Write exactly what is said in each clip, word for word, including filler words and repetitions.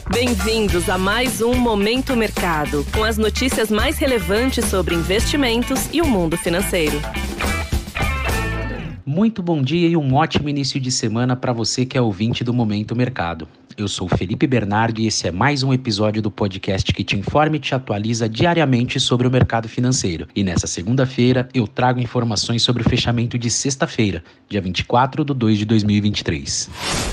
Bem-vindos a mais um Momento Mercado, com as notícias mais relevantes sobre investimentos e o mundo financeiro. Muito bom dia e um ótimo início de semana para você que é ouvinte do Momento Mercado. Eu sou Felipe Bernardo e esse é mais um episódio do podcast que te informa e te atualiza diariamente sobre o mercado financeiro. E nessa segunda-feira eu trago informações sobre o fechamento de sexta-feira, dia vinte e quatro de dois de dois mil e vinte e três.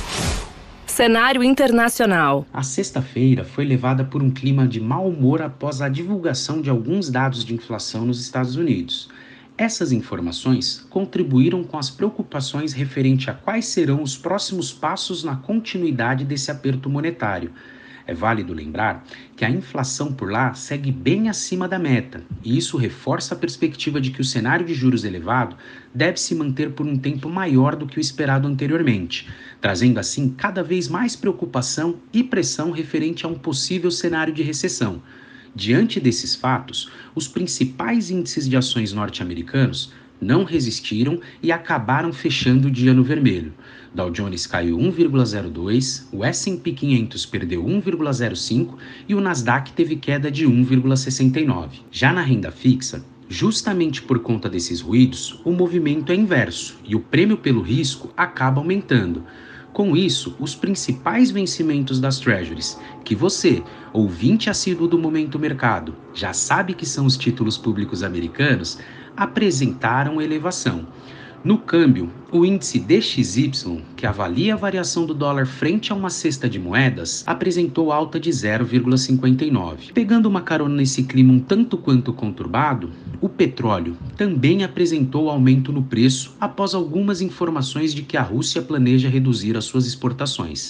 Cenário internacional. A sexta-feira foi levada por um clima de mau humor após a divulgação de alguns dados de inflação nos Estados Unidos. Essas informações contribuíram com as preocupações referente a quais serão os próximos passos na continuidade desse aperto monetário. É válido lembrar que a inflação por lá segue bem acima da meta, e isso reforça a perspectiva de que o cenário de juros elevado deve se manter por um tempo maior do que o esperado anteriormente, trazendo assim cada vez mais preocupação e pressão referente a um possível cenário de recessão. Diante desses fatos, os principais índices de ações norte-americanos não resistiram e acabaram fechando o dia no vermelho. Dow Jones caiu um vírgula zero dois, o S and P quinhentos perdeu um vírgula zero cinco e o Nasdaq teve queda de um vírgula sessenta e nove. Já na renda fixa, justamente por conta desses ruídos, o movimento é inverso e o prêmio pelo risco acaba aumentando. Com isso, os principais vencimentos das Treasuries, que você, ouvinte assíduo do Momento Mercado, já sabe que são os títulos públicos americanos, apresentaram elevação. No câmbio, o índice D X Y, que avalia a variação do dólar frente a uma cesta de moedas, apresentou alta de zero vírgula cinquenta e nove. Pegando uma carona nesse clima um tanto quanto conturbado, o petróleo também apresentou aumento no preço após algumas informações de que a Rússia planeja reduzir as suas exportações.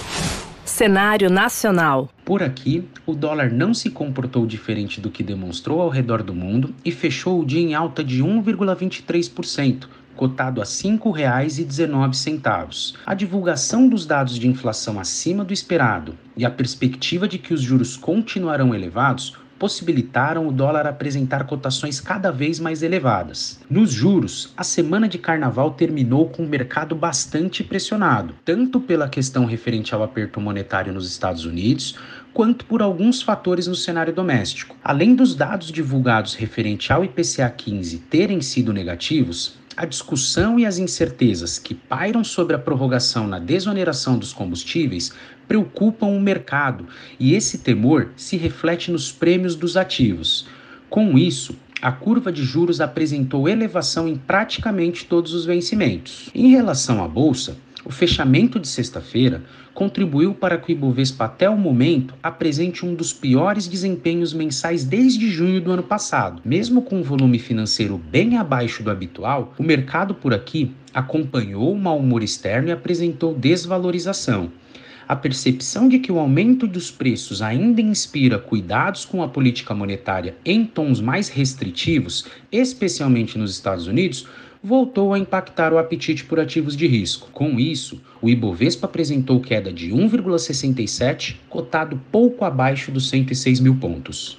Cenário nacional. Por aqui, o dólar não se comportou diferente do que demonstrou ao redor do mundo e fechou o dia em alta de um vírgula vinte e três por cento, cotado a cinco reais e dezenove centavos. A divulgação dos dados de inflação acima do esperado e a perspectiva de que os juros continuarão elevados possibilitaram o dólar apresentar cotações cada vez mais elevadas. Nos juros, a semana de carnaval terminou com o mercado bastante pressionado, tanto pela questão referente ao aperto monetário nos Estados Unidos, quanto por alguns fatores no cenário doméstico. Além dos dados divulgados referente ao I P C A quinze terem sido negativos, a discussão e as incertezas que pairam sobre a prorrogação na desoneração dos combustíveis preocupam o mercado e esse temor se reflete nos prêmios dos ativos. Com isso, a curva de juros apresentou elevação em praticamente todos os vencimentos. Em relação à bolsa, o fechamento de sexta-feira contribuiu para que o Ibovespa até o momento apresente um dos piores desempenhos mensais desde junho do ano passado. Mesmo com um volume financeiro bem abaixo do habitual, o mercado por aqui acompanhou o mau humor externo e apresentou desvalorização. A percepção de que o aumento dos preços ainda inspira cuidados com a política monetária em tons mais restritivos, especialmente nos Estados Unidos, voltou a impactar o apetite por ativos de risco. Com isso, o Ibovespa apresentou queda de um vírgula sessenta e sete, cotado pouco abaixo dos cento e seis mil pontos.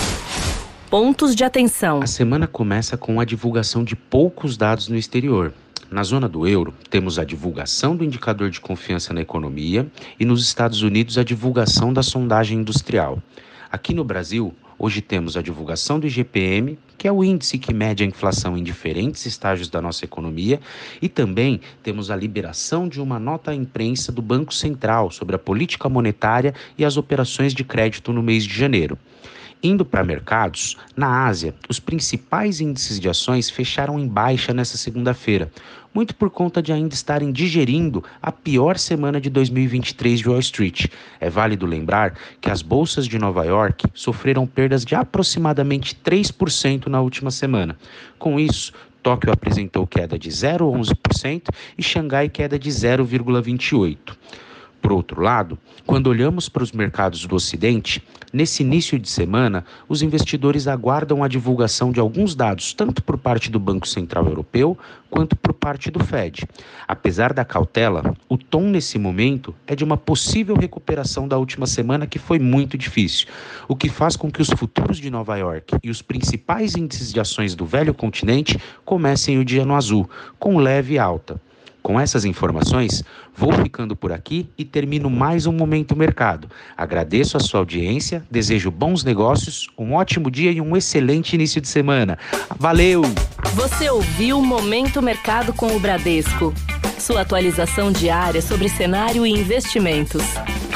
Pontos de atenção. A semana começa com a divulgação de poucos dados no exterior. Na zona do euro, temos a divulgação do indicador de confiança na economia e nos Estados Unidos a divulgação da sondagem industrial. Aqui no Brasil, hoje temos a divulgação do I G P M, que é o índice que mede a inflação em diferentes estágios da nossa economia, e também temos a liberação de uma nota à imprensa do Banco Central sobre a política monetária e as operações de crédito no mês de janeiro. Indo para mercados, na Ásia, os principais índices de ações fecharam em baixa nesta segunda-feira, muito por conta de ainda estarem digerindo a pior semana de dois mil e vinte e três de Wall Street. É válido lembrar que as bolsas de Nova York sofreram perdas de aproximadamente três por cento na última semana. Com isso, Tóquio apresentou queda de zero vírgula onze por cento e Xangai queda de zero vírgula vinte e oito por cento. Por outro lado, quando olhamos para os mercados do Ocidente, nesse início de semana, os investidores aguardam a divulgação de alguns dados, tanto por parte do Banco Central Europeu, quanto por parte do Fed. Apesar da cautela, o tom nesse momento é de uma possível recuperação da última semana que foi muito difícil, o que faz com que os futuros de Nova York e os principais índices de ações do velho continente comecem o dia no azul, com leve alta. Com essas informações, vou ficando por aqui e termino mais um Momento Mercado. Agradeço a sua audiência, desejo bons negócios, um ótimo dia e um excelente início de semana. Valeu! Você ouviu Momento Mercado com o Bradesco. Sua atualização diária sobre cenário e investimentos.